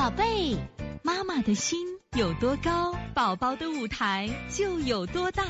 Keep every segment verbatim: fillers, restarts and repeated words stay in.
宝贝，妈妈的心有多高，宝宝的舞台就有多大。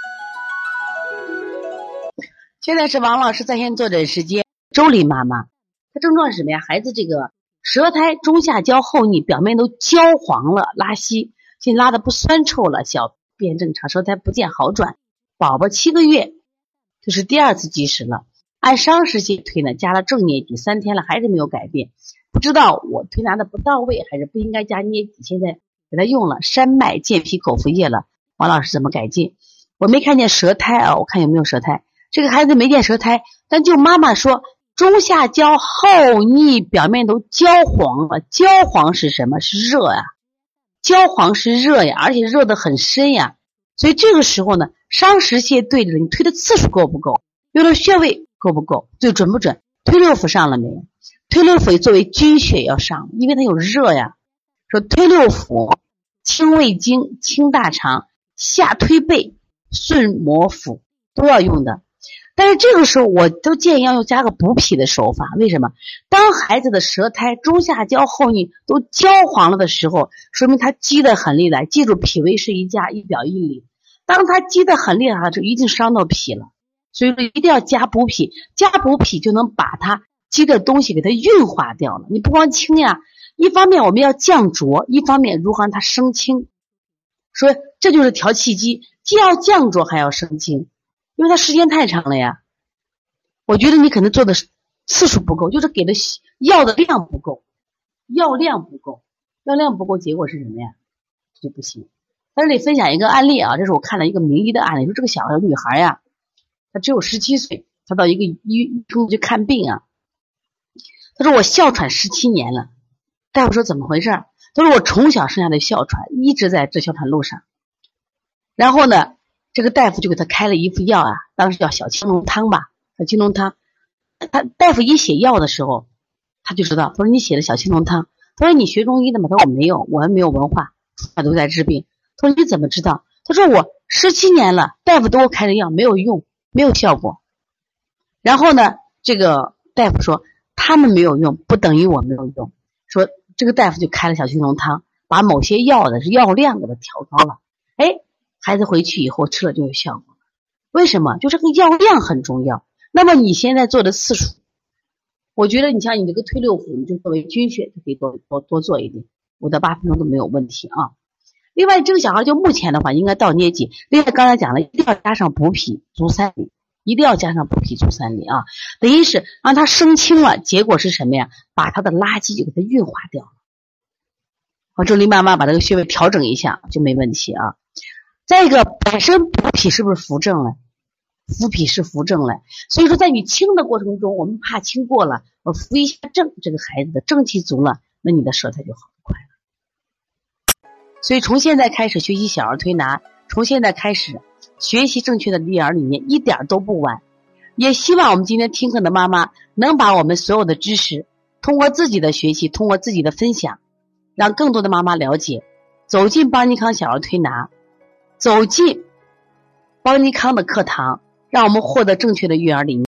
现在是王老师在线坐诊时间。周丽妈妈，她症状是什么呀？孩子这个舌苔中下焦厚腻，表面都焦黄了，拉稀，现在拉的不酸臭了，小便正常，舌苔不见好转。宝宝七个月，这是第二次积食了。按伤食线推呢，加了正捏脊，三天了还是没有改变。不知道我推拿的不到位，还是不应该加捏脊。现在给他用了山脉健脾口服液了，王老师怎么改进？我没看见舌苔啊，我看有没有舌苔。这个孩子没见舌苔，但就妈妈说中下焦厚腻，表面都焦黄了。焦黄是什么？是热呀、啊，焦黄是热呀，而且热得很深呀。所以这个时候呢，伤食线对着你推的次数够不够？用的穴位够不够？最准不准？推六腑上了没有？推六腑作为君穴要上，因为它有热呀。说推六腑，清胃经，清大肠，下推背，顺摩腹，都要用的。但是这个时候我都建议要用加个补脾的手法。为什么？当孩子的舌苔中下焦厚腻都焦黄了的时候，说明他积得很厉害。记住，脾胃是一家，一表一里。当他积得很厉害，就一定伤到脾了。所以说一定要加补脾，加补脾就能把它积的东西给它运化掉了。你不光清呀，一方面我们要降浊，一方面如何让它升清。说这就是调气机，既要降浊还要升清，因为它时间太长了呀。我觉得你可能做的次数不够，就是给的药的量不够，药量不够，药量不够，结果是什么呀？这就不行。在这里分享一个案例啊，这是我看了一个名医的案例，说这个小女孩呀，她只有十七岁，她到一个医生去看病啊，她说我哮喘十七年了。大夫说怎么回事？她说我从小生下的哮喘，一直在治哮喘路上。然后呢，这个大夫就给她开了一副药啊，当时叫小青龙汤吧，小青龙汤。他大夫一写药的时候，他就知道，他说你写的小青龙汤，他说你学中医的吗？他说我没有，我还没有文化，他都在治病。他说你怎么知道？他说我十七年了，大夫都给我开的药没有用，没有效果。然后呢，这个大夫说他们没有用不等于我没有用，说这个大夫就开了小青龙汤，把某些药的药量给它调高了。哎，孩子回去以后吃了就有效果。为什么？就这个药量很重要。那么你现在做的次数，我觉得你像你这个推六腑，你就作为君穴就可以多多多做一点，五到八分钟都没有问题啊。另外这个小孩就目前的话应该到捏脊，另外刚才讲了，一定要加上补脾足三里，一定要加上补脾足三里啊，等于是让他升清了，结果是什么呀？把他的垃圾就给他运化掉了。好，周丽妈妈把这个穴位调整一下就没问题啊。再一个，本身补脾是不是扶正了？扶脾是扶正了，所以说在你清的过程中，我们怕清过了，我扶一下正，这个孩子的正气足了，那你的舌苔就好得快了。所以从现在开始学习小儿推拿，从现在开始学习正确的育儿理念，一点都不晚。也希望我们今天听课的妈妈能把我们所有的知识通过自己的学习，通过自己的分享，让更多的妈妈了解，走进邦尼康小儿推拿，走进邦尼康的课堂，让我们获得正确的育儿理念。